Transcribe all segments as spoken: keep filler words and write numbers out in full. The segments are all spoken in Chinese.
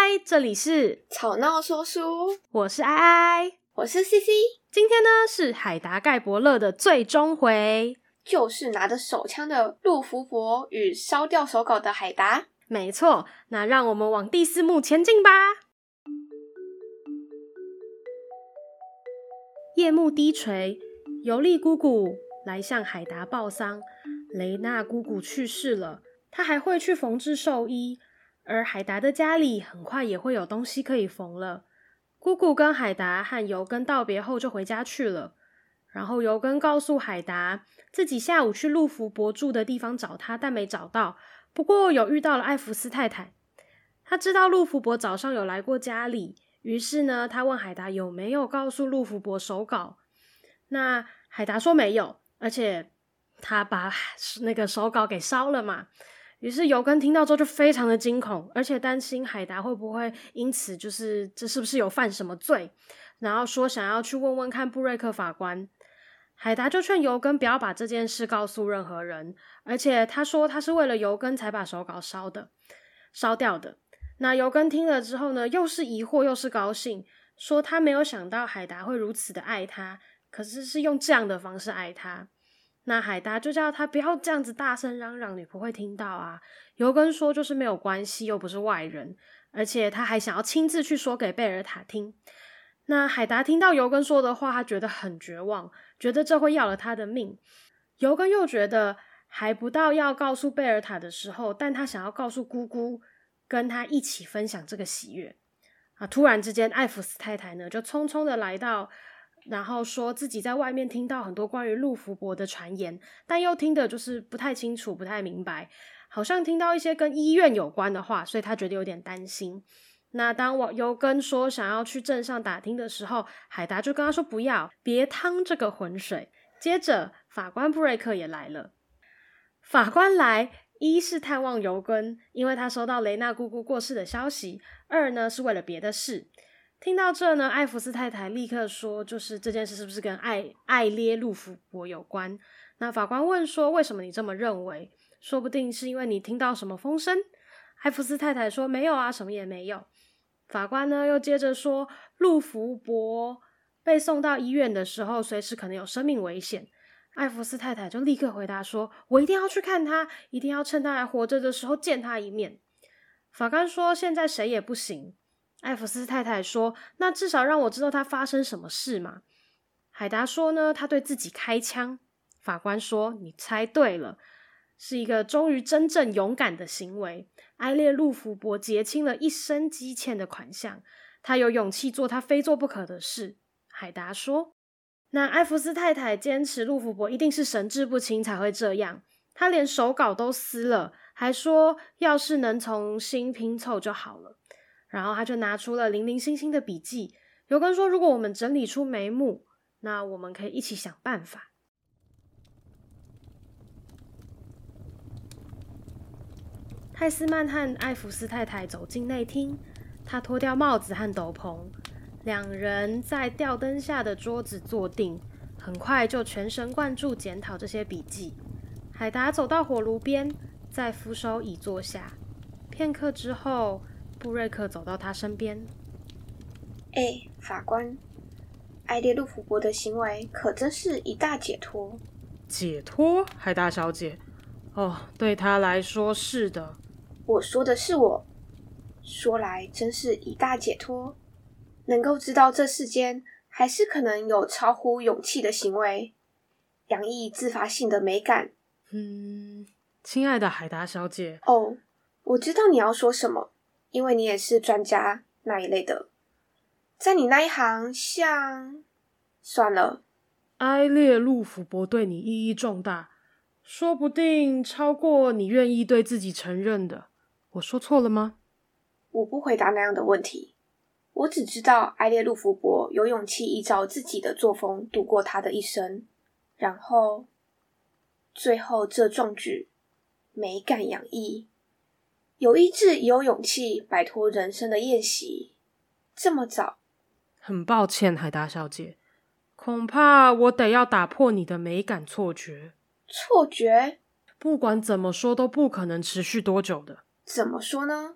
这里是吵闹说书， 我是ai ai， 我是 C C。 今天呢是海达盖伯乐的最终回， 就是拿着手枪的陆福伯与烧掉手稿的海达。 没错，那让我们往第四幕前进吧。夜幕低垂，尤利姑姑来向海达报丧，雷娜姑姑去世了，她还会去缝制寿衣，而海达的家里很快也会有东西可以缝了。姑姑跟海达和尤根道别后就回家去了，然后尤根告诉海达自己下午去陆福伯住的地方找他，但没找到，不过有遇到了艾弗斯太太。他知道陆福伯早上有来过家里，于是呢他问海达有没有告诉陆福伯手稿。那海达说没有，而且他把那个手稿给烧了嘛。于是尤根听到之后就非常的惊恐，而且担心海达会不会因此就是这是不是有犯什么罪，然后说想要去问问看布瑞克法官。海达就劝尤根不要把这件事告诉任何人，而且他说他是为了尤根才把手稿烧的烧掉的。那尤根听了之后呢，又是疑惑又是高兴，说他没有想到海达会如此的爱他，可是是用这样的方式爱他。那海达就叫他不要这样子大声嚷嚷，女仆会听到啊。尤根说就是没有关系，又不是外人，而且他还想要亲自去说给贝尔塔听。那海达听到尤根说的话，他觉得很绝望，觉得这会要了他的命。尤根又觉得还不到要告诉贝尔塔的时候，但他想要告诉姑姑，跟他一起分享这个喜悦啊。突然之间艾弗斯太太呢就匆匆的来到，然后说自己在外面听到很多关于陆福伯的传言，但又听得就是不太清楚不太明白，好像听到一些跟医院有关的话，所以他觉得有点担心。那当尤根说想要去镇上打听的时候，海达就跟他说不要，别趟这个浑水。接着法官布瑞克也来了。法官来，一是探望尤根，因为他收到雷娜姑姑过世的消息，二呢是为了别的事。听到这呢，艾弗斯太太立刻说就是这件事是不是跟艾艾列路福伯有关。那法官问说为什么你这么认为，说不定是因为你听到什么风声。艾弗斯太太说没有啊，什么也没有。法官呢又接着说路福伯被送到医院的时候随时可能有生命危险。艾弗斯太太就立刻回答说我一定要去看他，一定要趁他还活着的时候见他一面。法官说现在谁也不行。艾弗斯太太说那至少让我知道他发生什么事嘛。海达说呢他对自己开枪。法官说你猜对了，是一个终于真正勇敢的行为。埃列路福伯结清了一生积欠的款项，他有勇气做他非做不可的事。海达说那艾弗斯太太坚持路福伯一定是神志不清才会这样，他连手稿都撕了，还说要是能重新拼凑就好了。然后他就拿出了零零星星的笔记，尤根说如果我们整理出眉目，那我们可以一起想办法。泰斯曼和艾弗斯太太走进内厅，他脱掉帽子和斗篷，两人在吊灯下的桌子坐定，很快就全神贯注检讨这些笔记。海达走到火炉边，在扶手椅坐下，片刻之后布瑞克走到他身边。 哎，法官，埃列路福伯的行为可真是一大解脱。 解脱？海达小姐？哦，对他来说是的。 我说的是我，说来真是一大解脱，能够知道这世间还是可能有超乎勇气的行为，洋溢自发性的美感。 嗯，亲爱的海达小姐。 哦，我知道你要说什么，因为你也是专家那一类的。在你那一行，像……算了。 埃列路福伯对你意义重大，说不定超过你愿意对自己承认的。我说错了吗？ 我不回答那样的问题，我只知道埃列路福伯有勇气依照自己的作风度过他的一生，然后最后这壮举美感洋溢，有意志也有勇气摆脱人生的宴席。这么早？ 很抱歉海达小姐，恐怕我得要打破你的美感错觉。 错觉？ 不管怎么说都不可能持续多久的。 怎么说呢？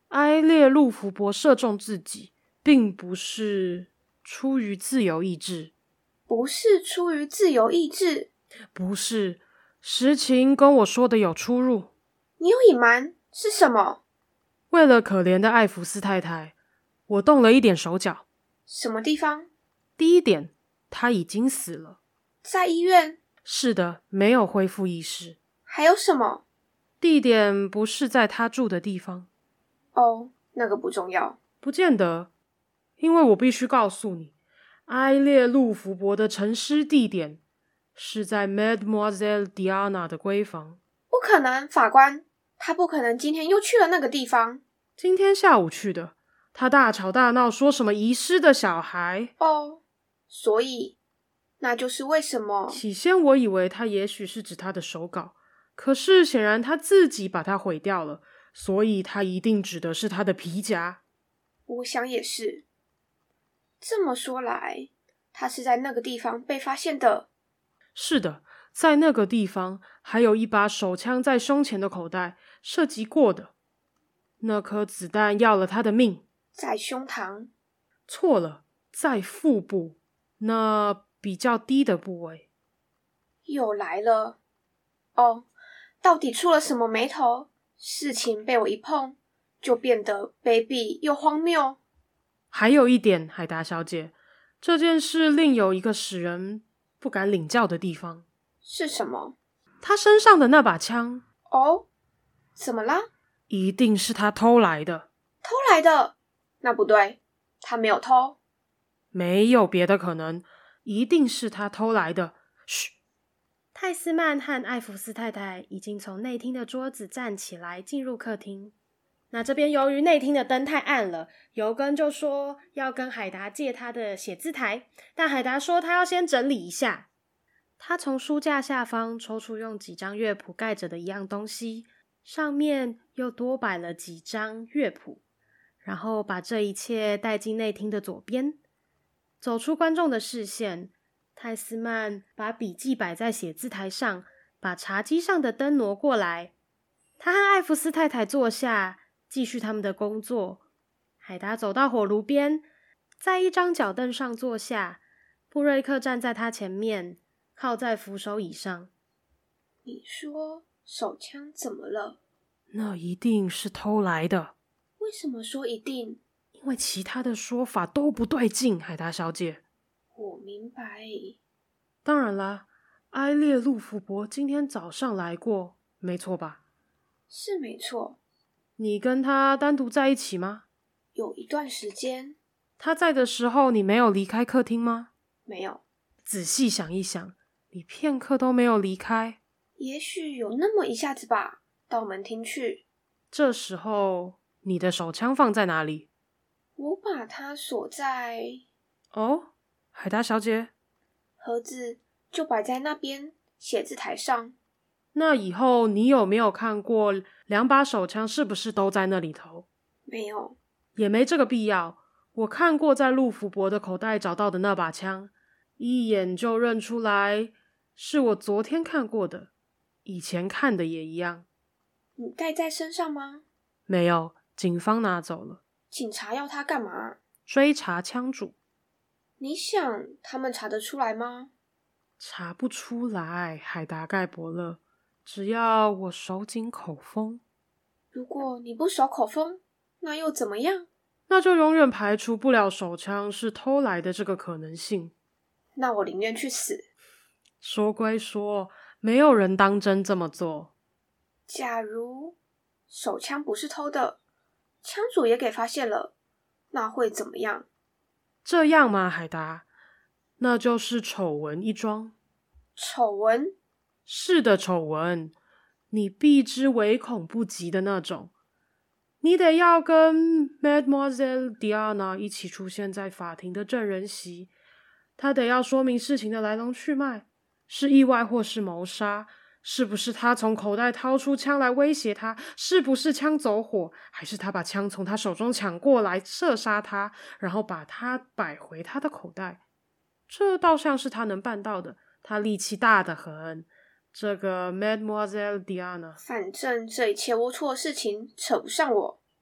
埃列路福伯射中自己，并不是出于自由意志。 不是出于自由意志？ 不是，实情跟我说的有出入。 你有隐瞒？是什么？ 为了可怜的艾弗斯太太，我动了一点手脚。 什么地方？ 第一点，她已经死了。 在医院？ 是的，没有恢复意识。 还有什么？ 地点不是在她住的地方。 哦，那个不重要。 不见得，因为我必须告诉你，埃列路福伯的沉尸地点是在 Mademoiselle Diana 的闺房。 不可能，法官，他不可能今天又去了那个地方。 今天下午去的，他大吵大闹，说什么遗失的小孩。 哦，所以那就是为什么。 起先我以为他也许是指他的手稿，可是显然他自己把它毁掉了，所以他一定指的是他的皮夹。 我想也是。这么说来，他是在那个地方被发现的。 是的，在那个地方还有一把手枪在胸前的口袋，射击过的。那颗子弹要了他的命。 在胸膛？ 错了，在腹部，那比较低的部位。 又来了。哦，到底出了什么眉头？事情被我一碰，就变得卑鄙又荒谬。 还有一点，海达小姐，这件事另有一个使人不敢领教的地方。 是什么？ 他身上的那把枪。 哦，怎么啦？ 一定是他偷来的。 偷来的？那不对，他没有偷。 没有别的可能，一定是他偷来的。嘘！泰斯曼和艾弗斯太太已经从内厅的桌子站起来进入客厅。那这边由于内厅的灯太暗了，尤根就说要跟海达借他的写字台，但海达说他要先整理一下。他从书架下方抽出用几张乐谱盖着的一样东西，上面又多摆了几张乐谱，然后把这一切带进内厅的左边。走出观众的视线，泰斯曼把笔记摆在写字台上，把茶几上的灯挪过来。他和艾弗斯太太坐下，继续他们的工作。海达走到火炉边，在一张脚凳上坐下，布瑞克站在他前面，靠在扶手椅上。 你说手枪怎么了？ 那一定是偷来的。 为什么说一定？ 因为其他的说法都不对劲，海达小姐。 我明白。 当然啦，埃列路福伯今天早上来过，没错吧？ 是没错。 你跟他单独在一起吗？ 有一段时间。 他在的时候，你没有离开客厅吗？ 没有。 仔细想一想，你片刻都没有离开。 也许有那么一下子吧，到门厅去。 这时候，你的手枪放在哪里？ 我把它锁在…… 哦，海达小姐， 盒子就摆在那边写字台上。 那以后你有没有看过两把手枪是不是都在那里头？ 没有。 也没这个必要。我看过在陆福伯的口袋找到的那把枪，一眼就认出来是我昨天看过的，以前看的也一样。 你带在身上吗？ 没有，警方拿走了。 警察要他干嘛？ 追查枪主。 你想他们查得出来吗？ 查不出来，海达盖伯勒，只要我守紧口风。 如果你不守口风，那又怎么样？ 那就永远排除不了手枪是偷来的这个可能性。 那我宁愿去死。 说归说，没有人当真这么做。 假如手枪不是偷的，枪主也给发现了，那会怎么样？ 这样吗，海达？那就是丑闻一桩。 丑闻？ 是的，丑闻，你避之唯恐不及的那种。你得要跟 Mademoiselle Diana 一起出现在法庭的证人席，他得要说明事情的来龙去脉，是意外或是谋杀，是不是他从口袋掏出枪来威胁他，是不是枪走火，还是他把枪从他手中抢过来射杀他，然后把他摆回他的口袋。这倒像是他能办到的，他力气大得很。这个 Mademoiselle Diana， 反正这一切龌龊的事情扯不上我。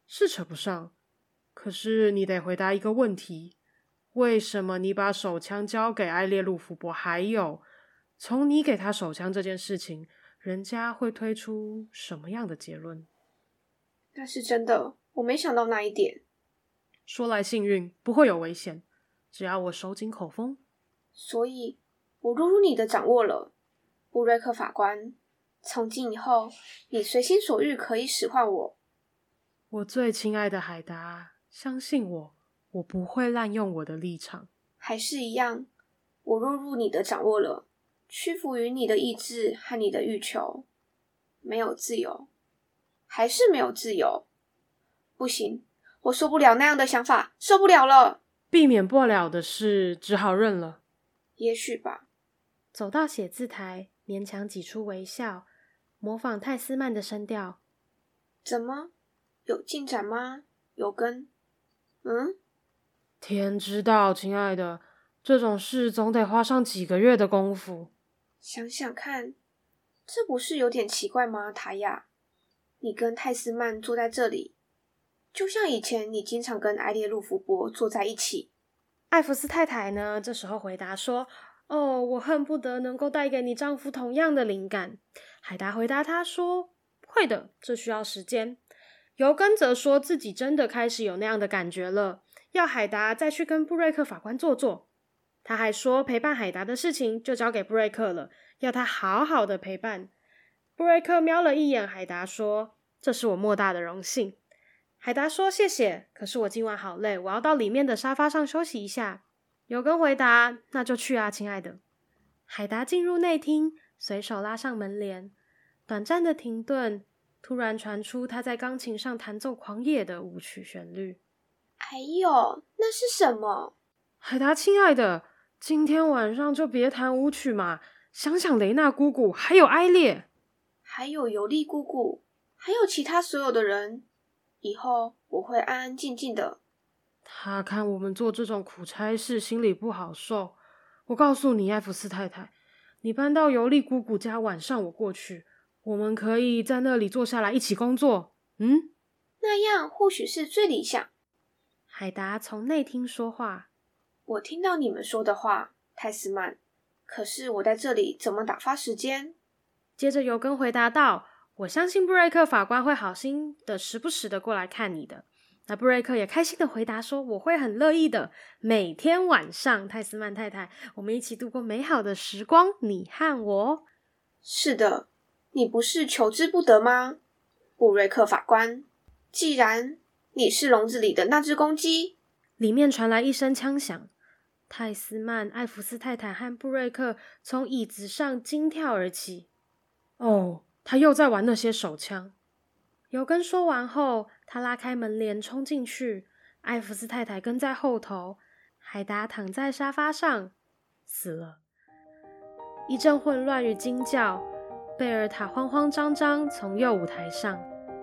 是扯不上，可是你得回答一个问题，为什么你把手枪交给埃列路福伯，还有从你给他手枪这件事情，人家会推出什么样的结论？ 那是真的，我没想到那一点。 说来幸运，不会有危险，只要我手紧口风。 所以我落入你的掌握了，布瑞克法官。从今以后，你随心所欲可以使唤我。 我最亲爱的海达，相信我，我不会滥用我的立场。 还是一样，我落入你的掌握了，屈服于你的意志和你的欲求，没有自由，还是没有自由。不行，我受不了那样的想法，受不了了。 避免不了的事，只好认了。 也许吧。 走到写字台，勉强挤出微笑，模仿泰斯曼的声调。 怎么？有进展吗？有跟？嗯？ 天知道，亲爱的，这种事总得花上几个月的功夫。 想想看，这不是有点奇怪吗，塔亚？你跟泰斯曼坐在这里，就像以前你经常跟埃列路福伯坐在一起。 艾弗斯太太呢，这时候回答说，哦，我恨不得能够带给你丈夫同样的灵感。海达回答他说，会的，这需要时间。尤根则说自己真的开始有那样的感觉了，要海达再去跟布瑞克法官坐坐。他还说陪伴海达的事情就交给布瑞克了，要他好好的陪伴。布瑞克瞄了一眼海达说，这是我莫大的荣幸。海达说谢谢，可是我今晚好累，我要到里面的沙发上休息一下。尤根回答，那就去啊，亲爱的。海达进入内厅，随手拉上门帘，短暂的停顿，突然传出他在钢琴上弹奏狂野的舞曲旋律。 哎呦，那是什么？ 海达亲爱的，今天晚上就别弹舞曲嘛，想想雷娜姑姑，还有埃列， 还有尤利姑姑，还有其他所有的人。以后我会安安静静的。 他看我们做这种苦差事，心里不好受。我告诉你，艾弗斯太太，你搬到尤利姑姑家，晚上我过去，我们可以在那里坐下来一起工作。嗯， 那样或许是最理想。 海达从内厅说话， 我听到你们说的话，泰斯曼。可是我在这里怎么打发时间？ 接着尤根回答道，我相信布瑞克法官会好心的时不时的过来看你的。那布瑞克也开心的回答说，我会很乐意的，每天晚上泰斯曼太太，我们一起度过美好的时光，你和我。 是的，你不是求之不得吗？布瑞克法官，既然你是笼子里的那只公鸡。 里面传来一声枪响，泰斯曼、艾弗斯太太和布瑞克从椅子上惊跳而起。哦，他又在玩那些手枪。尤根说完后，他拉开门帘冲进去，艾弗斯太太跟在后头，海达躺在沙发上死了。一阵混乱与惊叫，贝尔塔慌慌张张从右舞台上。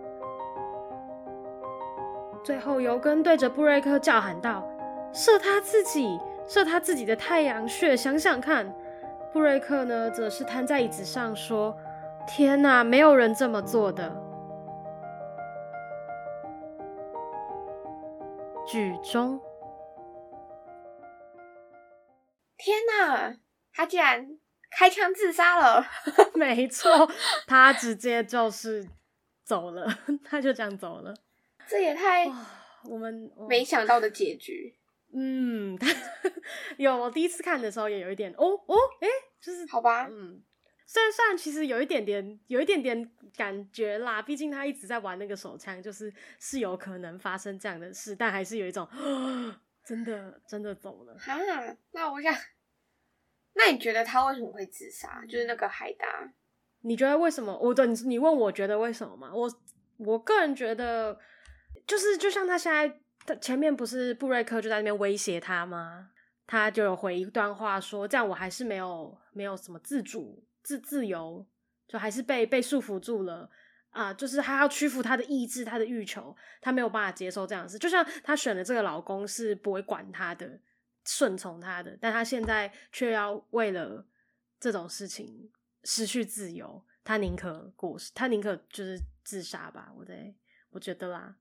最后尤根对着布瑞克叫喊道，射他自己，射他自己的太阳穴，想想看。布瑞克呢，则是瘫在椅子上说，天哪，没有人这么做的。剧中， 天哪，他竟然开枪自杀了。 没错，他直接就是走了，他就这样走了。 这也太我们没想到的结局。 嗯，有我第一次看的时候也有一点哦哦，诶，就是好吧， 嗯，虽然虽然其实有一点点有一点点感觉啦，毕竟他一直在玩那个手枪，就是是有可能发生这样的事，但还是有一种真的真的走了哈。那我想，那你觉得他为什么会自杀？就是那个海达， 你觉得为什么？我的你你问我觉得为什么吗？我我个人觉得，就是就像他现在。前面不是布瑞克就在那边威胁他吗？他就有回一段话说，这样我还是没有没有什么自主自自由，就还是被被束缚住了啊、呃！就是他要屈服他的意志，他的欲求，他没有办法接受这样的事。就像他选的这个老公是不会管他的，顺从他的，但他现在却要为了这种事情失去自由，他宁可过世，他宁可就是自杀吧。我在我觉得啦。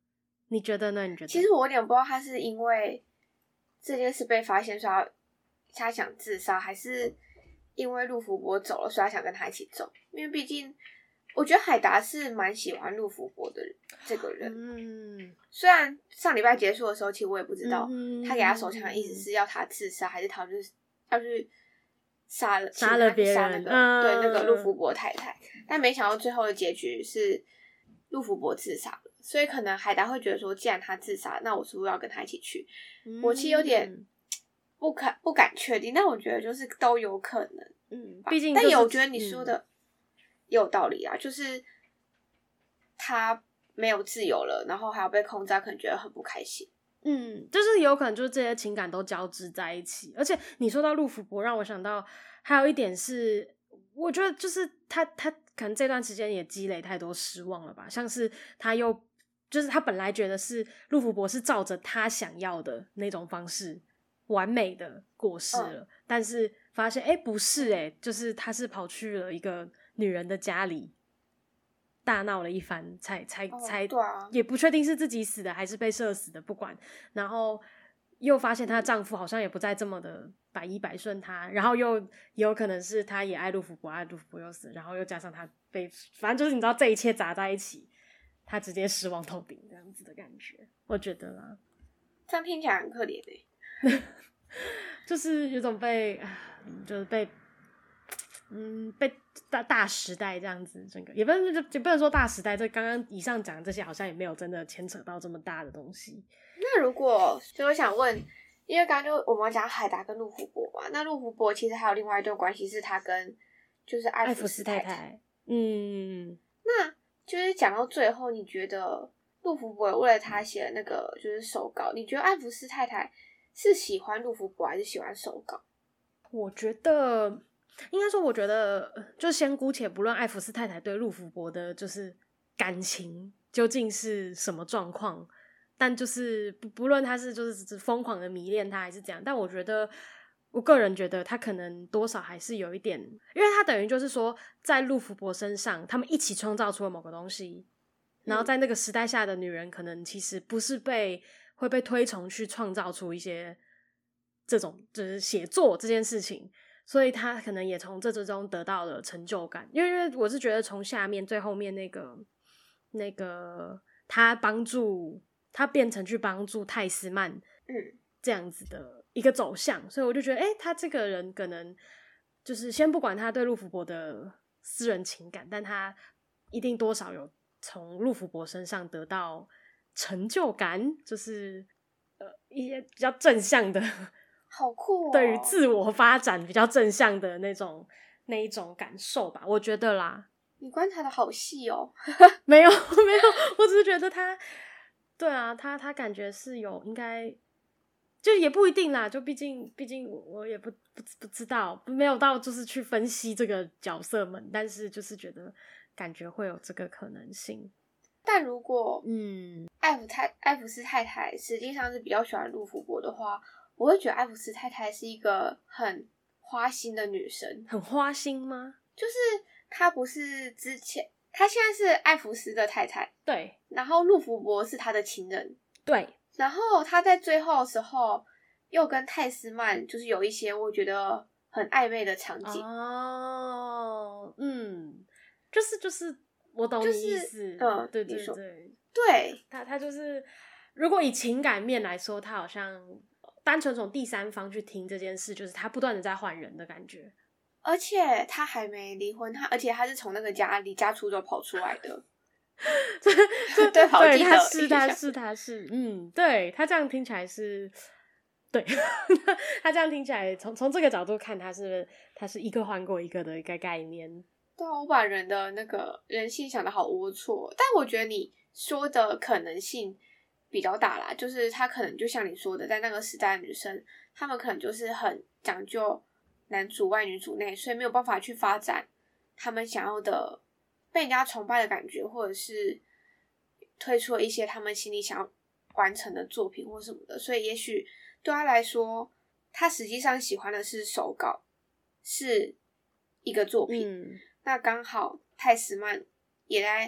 你觉得呢？你觉得？ 其实我有点不知道他是因为这件事被发现，所以他想自杀，还是因为陆福伯走了，所以他想跟他一起走。因为毕竟，我觉得海达是蛮喜欢陆福伯的这个人。 嗯， 虽然上礼拜结束的时候，其实我也不知道、 嗯、 他给他手枪的意思是要他自杀，还是他就是要去杀了杀了别人， 杀那个、 嗯、 对那个陆福伯太太。但没想到最后的结局是陆福伯自杀了，所以可能海达会觉得说，既然他自杀，那我是不是要跟他一起去？嗯、我其实有点不敢不敢确定，但我觉得就是都有可能。 嗯，毕竟、就是， 但也我觉得你说的也有道理啊，嗯、就是他没有自由了，然后还要被控制，他可能觉得很不开心。 嗯，就是有可能就是这些情感都交织在一起。而且你说到陆福伯，让我想到还有一点是，我觉得就是他他可能这段时间也积累太多失望了吧，像是他又就是他本来觉得是陆福伯是照着他想要的那种方式完美的过世了、嗯、但是发现哎不是哎，就是他是跑去了一个女人的家里大闹了一番，才才才、 哦对啊、 也不确定是自己死的还是被射死的，不管，然后又发现她的丈夫好像也不再这么的百依百顺她，然后又也有可能是她也爱陆福伯，爱陆福伯又死，然后又加上她被，反正就是你知道这一切砸在一起，她直接失望透顶这样子的感觉，我觉得啦， 这样听起来很可怜欸就是有种被就是被嗯，被大大时代这样子，整个也不能也不能说大时代，这刚刚以上讲的这些好像也没有真的牵扯到这么大的东西。 那如果就我想问，因为刚刚就我们讲海达跟陆福伯嘛，那陆福伯其实还有另外一段关系是他跟就是艾弗斯太太， 太太嗯， 那就是讲到最后，你觉得陆福伯为了他写的那个就是手稿，你觉得艾弗斯太太是喜欢陆福伯还是喜欢手稿？ 我觉得。应该说我觉得就先姑且不论艾弗斯太太对陆福伯的就是感情究竟是什么状况，但就是不不论他是就是疯狂的迷恋他还是怎样，但我觉得我个人觉得他可能多少还是有一点，因为他等于就是说在陆福伯身上他们一起创造出了某个东西，然后在那个时代下的女人可能其实不是被会被推崇去创造出一些这种就是写作这件事情，所以他可能也从这之中得到了成就感，因为因为我是觉得从下面最后面那个那个他帮助他变成去帮助泰斯曼嗯这样子的一个走向，所以我就觉得哎、欸，他这个人可能就是先不管他对陆福伯的私人情感，但他一定多少有从陆福伯身上得到成就感，就是呃一些比较正向的好酷哦！ 对于自我发展比较正向的那种那一种感受吧，我觉得啦。 你观察的好细哦。 没有没有，我只是觉得他，对啊，他他感觉是有应该，就也不一定啦，就毕竟毕竟我也不不不知道，没有到就是去分析这个角色们，但是就是觉得感觉会有这个可能性。 但如果嗯， 艾弗太艾弗斯太太实际上是比较喜欢陆福伯的话，我会觉得艾弗斯太太是一个很花心的女生。 很花心吗？ 就是她不是之前，她现在是艾弗斯的太太， 对， 然后陆福伯是她的情人， 对， 然后她在最后的时候又跟泰斯曼就是有一些我觉得很暧昧的场景。 哦，嗯，就是就是我懂你意思， 就是、嗯， 对对对， 对， 他他就是如果以情感面来说，他好像单纯从第三方去听这件事，就是他不断的在换人的感觉， 而且他还没离婚，他而且他是从那个家离家出走跑出来的。 对对， 对， 对他是他是他是，嗯，对他这样听起来是，对他这样听起来，从从这个角度看，他是他是一个换过一个的一个概念。 对啊，我把人的那个人性想得好龌龊，但我觉得你说的可能性比较大啦，就是他可能就像你说的，在那个时代的女生，她们可能就是很讲究男主外女主内，所以没有办法去发展他们想要的被人家崇拜的感觉，或者是推出了一些他们心里想要完成的作品或什么的，所以也许对他来说，他实际上喜欢的是手稿，是一个作品。 嗯， 那刚好泰斯曼也在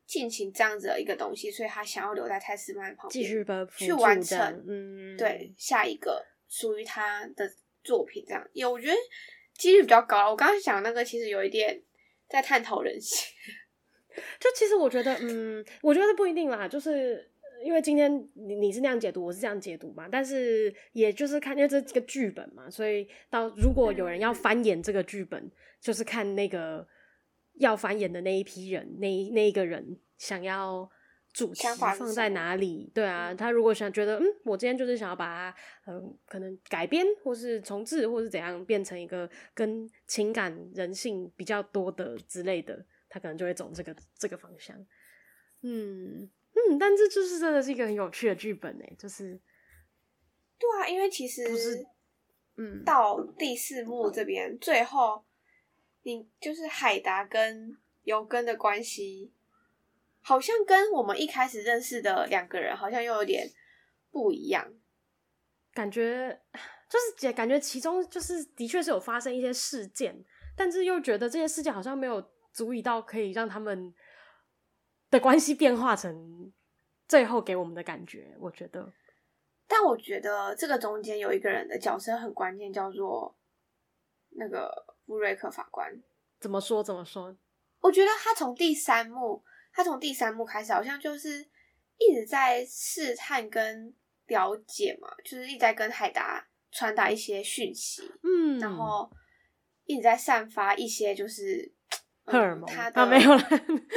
进行这样子的一个东西，所以他想要留在泰斯曼旁边继续去完成， 嗯， 对，下一个属于他的作品这样。也我觉得几率比较高。我刚刚想那个其实有一点在探讨人性。 就其实我觉得，嗯，我觉得不一定啦，就是因为今天你你是那样解读，我是这样解读嘛，但是也就是看，因为这个剧本嘛，所以到如果有人要翻演这个剧本，嗯、就是看那个要翻演的那一批人，那那一个人想要主题放在哪里？对啊，他如果想觉得，嗯，我今天就是想要把它，嗯，可能改编或是重置，或是怎样，变成一个跟情感、人性比较多的之类的。他可能就会走这个这个方向，嗯嗯，但这就是真的是一个很有趣的剧本欸，就是对啊，因为其实不是，嗯， 到第四幕这边，最后你就是海达跟尤根的关系，好像跟我们一开始认识的两个人好像又有点不一样， 感觉就是感觉其中就是的确是有发生一些事件，但是又觉得这些事件好像没有足以到可以让他们的关系变化成最后给我们的感觉，我觉得。 但我觉得这个中间有一个人的角色很关键，叫做那个布瑞克法官。 怎么说？怎么说？ 我觉得他从第三幕，他从第三幕开始，好像就是一直在试探跟了解嘛，就是一直在跟海达传达一些讯息， 嗯， 然后一直在散发一些就是荷尔蒙， 他的啊没有了，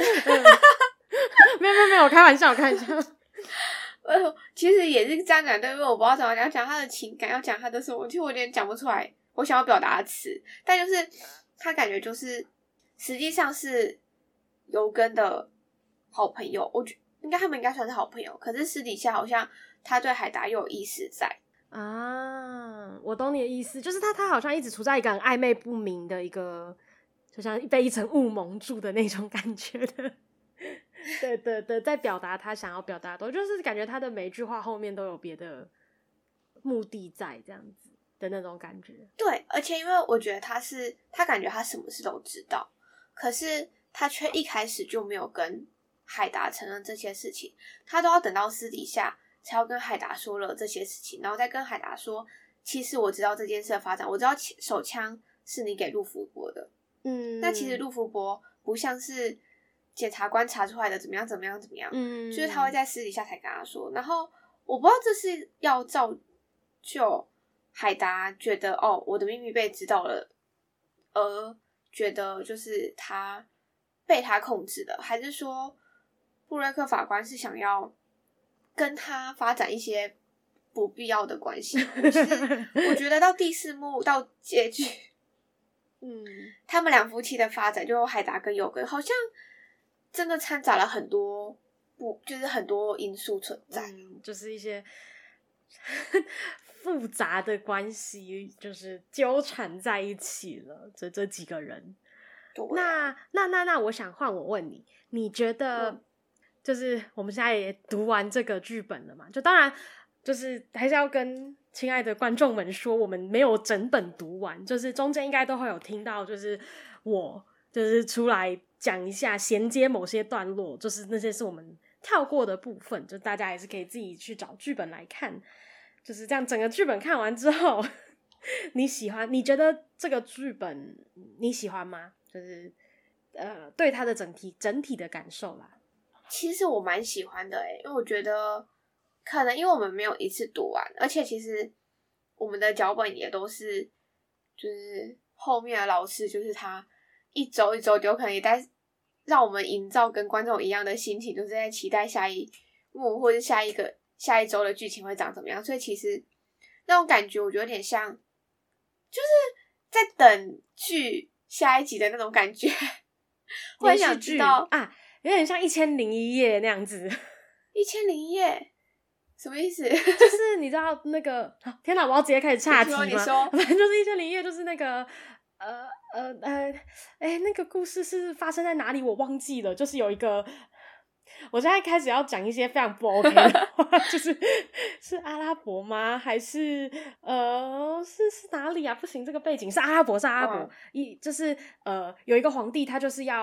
没有没有没有，开玩笑，开玩笑。 呃，其实也是这样讲，对，因为我不知道怎么讲，讲他的情感，要讲他的什么，其实我有点讲不出来我想要表达的词，但就是他感觉就是实际上是尤根的好朋友，我觉应该他们应该算是好朋友，可是私底下好像他对海达又有意思在啊。我懂你的意思，就是他他好像一直处在一个很暧昧不明的一个，就像被一层雾蒙住的那种感觉的。对对对，在表达他想要表达的，就是感觉他的每一句话后面都有别的目的在，这样子的那种感觉。 对，而且因为我觉得他是他感觉他什么事都知道，可是他却一开始就没有跟海达承认这些事情，他都要等到私底下才要跟海达说了这些事情，然后再跟海达说，其实我知道这件事的发展，我知道手枪是你给陆福伯的， 嗯， 那其实陆福伯不像是检察官查出来的怎么样怎么样怎么样，嗯，就是他会在私底下才跟他说，然后我不知道这是要造就海达觉得哦我的秘密被知道了，而觉得就是他被他控制的，还是说布瑞克法官是想要跟他发展一些不必要的关系？其实我觉得到第四幕到结局，嗯，他们两夫妻的发展，就海达跟尤根，好像真的掺杂了很多不，就是很多因素存在， 嗯，就是一些复杂的关系，就是纠缠在一起了。这这几个人， 对啊、 那那那那，我想换我问你，你觉得、嗯、就是我们现在也读完这个剧本了嘛？就当然就是还是要跟亲爱的观众们说，我们没有整本读完，就是中间应该都会有听到，就是我就是出来讲一下衔接某些段落，就是那些是我们跳过的部分，就大家也是可以自己去找剧本来看。就是这样，整个剧本看完之后，你喜欢？你觉得这个剧本你喜欢吗？就是呃，对它的整体整体的感受啦。 其实我蛮喜欢的诶，因为我觉得可能因为我们没有一次读完，而且其实我们的脚本也都是，就是后面的老师就是他一周一周丢，可能也在让我们营造跟观众一样的心情，就是在期待下一幕或者下一个。下一周的剧情会长怎么样？所以其实那种感觉，我觉得有点像，就是在等剧下一集的那种感觉。会想知道啊，有点像一千零一夜那样子。 一千零一夜什么意思？ 就是你知道那个，天哪，我要直接开始岔题吗？ 你说，你说反正就是一千零一夜，就是那个呃呃呃，哎，那个故事是发生在哪里？我忘记了，就是有一个。我现在开始要讲一些非常不 OK 的话，就是是阿拉伯吗？还是呃是是哪里啊？不行，这个背景是阿拉伯，是阿拉伯。一、嗯、就是呃有一个皇帝，他就是要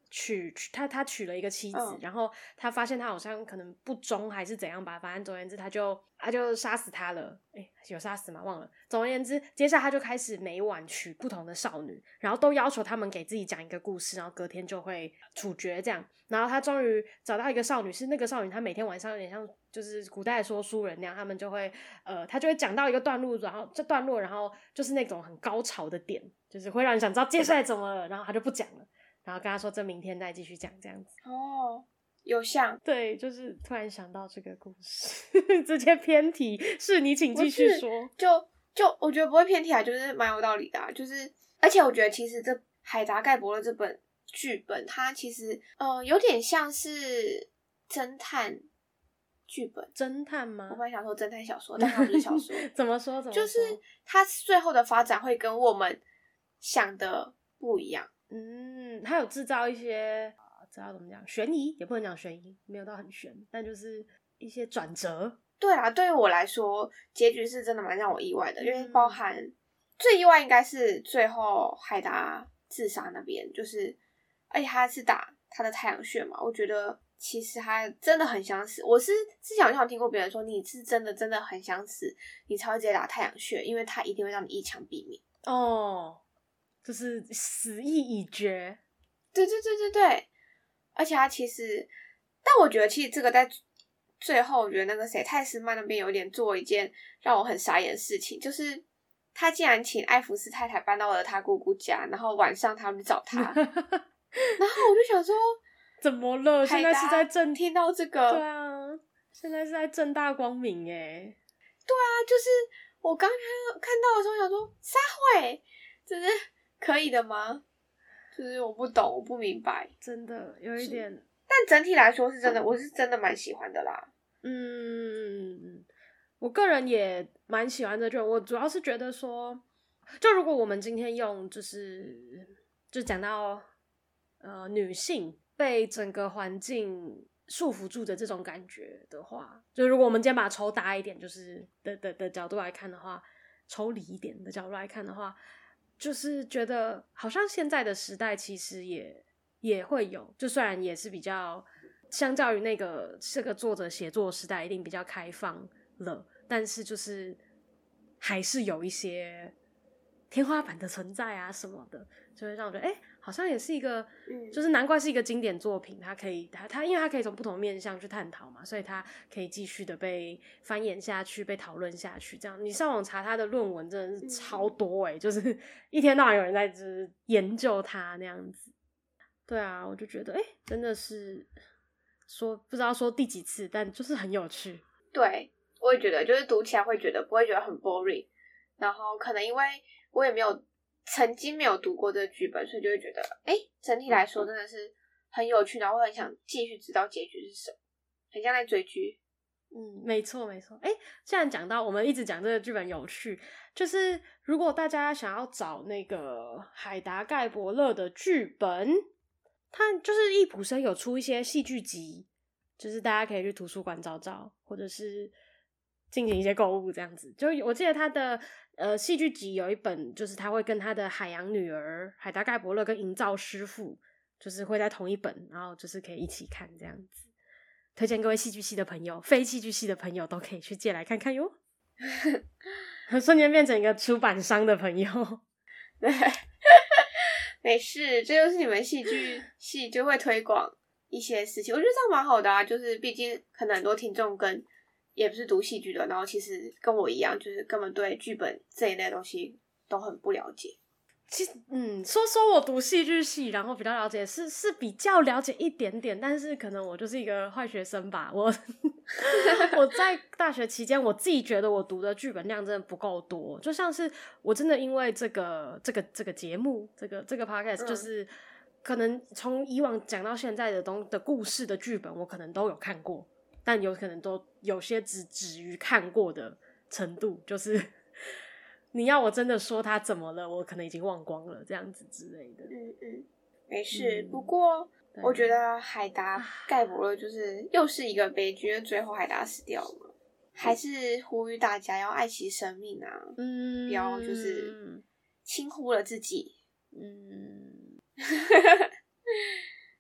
娶娶他他娶了一个妻子， 嗯然后他发现他好像可能不忠还是怎样吧，反正总而言之他就他就杀死他了。诶，有杀死吗？忘了。总而言之，接下来他就开始每晚娶不同的少女，然后都要求他们给自己讲一个故事，然后隔天就会处决这样。然后他终于找到一个少女，是那个少女她每天晚上有点像就是古代说书人那样，他们就会呃他就会讲到一个段落，然后这段落然后就是那种很高潮的点，就是会让你想知道接下来怎么了，然后他就不讲了，然后跟他说这明天再继续讲这样子。 哦，有像。 对，就是突然想到这个故事直接偏题，是你请继续说。 就就我觉得不会偏题啊，就是蛮有道理的啊，就是而且我觉得其实这《海达盖伯乐》这本剧本，它其实呃有点像是侦探剧本。 侦探吗？ 我本来想说侦探小说，但它不是小说。 怎么说？怎么说？ 就是它最后的发展会跟我们想的不一样。 嗯，它有制造一些知道怎么讲，悬疑也不能讲悬疑，没有到很悬，但就是一些转折。 对啊，对于我来说，结局是真的蛮让我意外的，嗯、因为包含最意外应该是最后海达自杀那边，就是而且他是打他的太阳穴嘛，我觉得其实他真的很想死。我是之前好像有听过别人说，你是真的真的很想死，你才会直接打太阳穴，因为他一定会让你一枪毙命。 哦，就是死意已决。 对对对对对，而且他其实，但我觉得其实这个在最后，我觉得那个谁泰斯曼那边有点做一件让我很傻眼的事情，就是他竟然请艾弗斯太太搬到了他姑姑家，然后晚上他们去找他，然后我就想说， 怎么了？现在是在正听到这个， 对啊，现在是在正大光明耶。 对啊，就是我刚刚看到的时候想说，撒会，这是可以的吗？就是我不懂，我不明白， 真的有一点。 但整体来说是真的，我是真的蛮喜欢的啦。 嗯，我个人也蛮喜欢这剧。我主要是觉得说，就如果我们今天用就是就讲到呃女性被整个环境束缚住的这种感觉的话，就如果我们今天把它抽大一点，就是的的的角度来看的话，抽离一点的角度来看的话，就是觉得好像现在的时代其实也。也会有，就虽然也是比较相较于那个这个作者写作时代一定比较开放了，但是就是还是有一些天花板的存在啊什么的，就会让我觉得哎、欸，好像也是一个、嗯、就是难怪是一个经典作品，它可以它它因为它可以从不同面向去探讨嘛，所以它可以继续的被翻演下去，被讨论下去。这样你上网查它的论文真的是超多哎、欸嗯，就是一天到晚有人在就是研究它那样子。对啊，我就觉得哎、欸，真的是说不知道说第几次，但就是很有趣。 对，我也觉得，就是读起来会觉得不会觉得很 boring， 然后可能因为我也没有曾经没有读过这个剧本，所以就会觉得哎、欸，整体来说真的是很有趣，然后会很想继续知道结局是什么，很像在追剧。 嗯，没错没错。哎，既然讲到我们一直讲这个剧本有趣，就是如果大家想要找那个海达盖伯乐的剧本。他就是易卜生有出一些戏剧集，就是大家可以去图书馆找找，或者是进行一些购物这样子。就我记得他的呃戏剧集有一本，就是他会跟他的海洋女儿海达盖伯乐跟营造师傅，就是会在同一本，然后就是可以一起看这样子。推荐各位戏剧系的朋友，非戏剧系的朋友都可以去借来看看哟。瞬间变成一个出版商的朋友。 对。没事，这就是你们戏剧系就会推广一些事情，我觉得这样蛮好的啊。就是毕竟可能很多听众跟也不是读戏剧的，然后其实跟我一样，就是根本对剧本这一类的东西都很不了解。 其实，嗯，说说我读戏剧系，然后比较了解，是是比较了解一点点，但是可能我就是一个坏学生吧。我我在大学期间，我自己觉得我读的剧本量真的不够多，就像是我真的因为这个这个这个节目，这个这个 podcast，、嗯、就是可能从以往讲到现在的东的故事的剧本，我可能都有看过，但有可能都有些只止于看过的程度，就是。你要我真的说他怎么了，我可能已经忘光了，这样子之类的。 嗯嗯，没事。嗯、不过我觉得海达盖伯乐就是又是一个悲剧，因为最后海达死掉了嘛。还是呼吁大家要爱惜生命啊，嗯，不要就是轻忽了自己。嗯，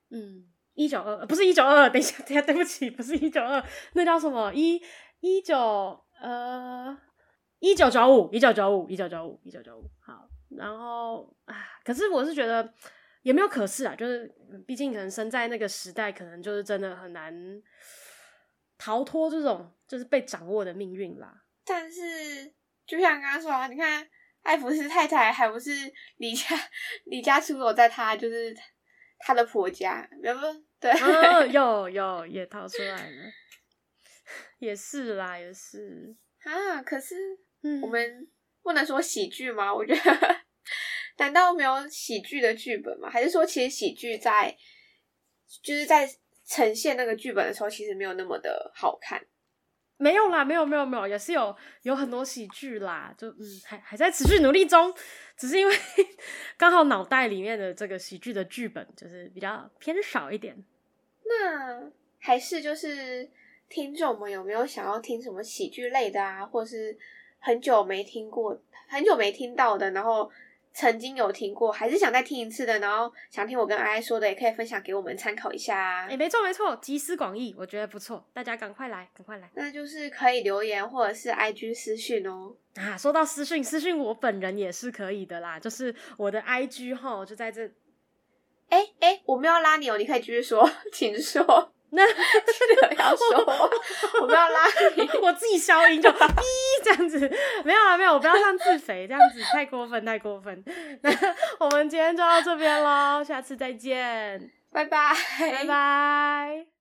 嗯，一九二不是一九二二，等一下，等一下，对不起，不是一九二，那叫什么？一一九呃一九九五，一九九五，一九九五，一九九五。好，然后啊，可是我是觉得也没有可是啊，就是毕竟可能生在那个时代，可能就是真的很难逃脱这种就是被掌握的命运啦。 但是就像刚刚说啊，你看艾弗斯太太还不是离家离家出走在她就是她的婆家，有没有？对， 哦，有有也逃出来了，也是啦，也是啊。可是嗯我们不能说喜剧吗？我觉得难道没有喜剧的剧本吗？还是说其实喜剧在就是在呈现那个剧本的时候，其实没有那么的好看？ 没有啦，没有没有没有，也是有有很多喜剧啦，就嗯还还在持续努力中，只是因为刚好脑袋里面的这个喜剧的剧本就是比较偏少一点。 那还是就是听众们有没有想要听什么喜剧类的啊，或是很久没听过、很久没听到的，然后曾经有听过，还是想再听一次的，然后想听我跟哀哀说的，也可以分享给我们参考一下啊。 哎、欸，没错没错，集思广益，我觉得不错，大家赶快来，赶快来。 那就是可以留言或者是 I G 私讯哦。 啊，说到私讯，私讯我本人也是可以的啦，就是我的 I G 齁，就在这。 哎、欸、哎、欸，我没有拉你哦，你可以继续说，请说。 那记得要说，我不要拉你， 我自己消音就咦这样子，没有啊没有，我不要像自肥这样子，太过分太过分。那我们今天就到这边咯，下次再见， 拜拜拜拜。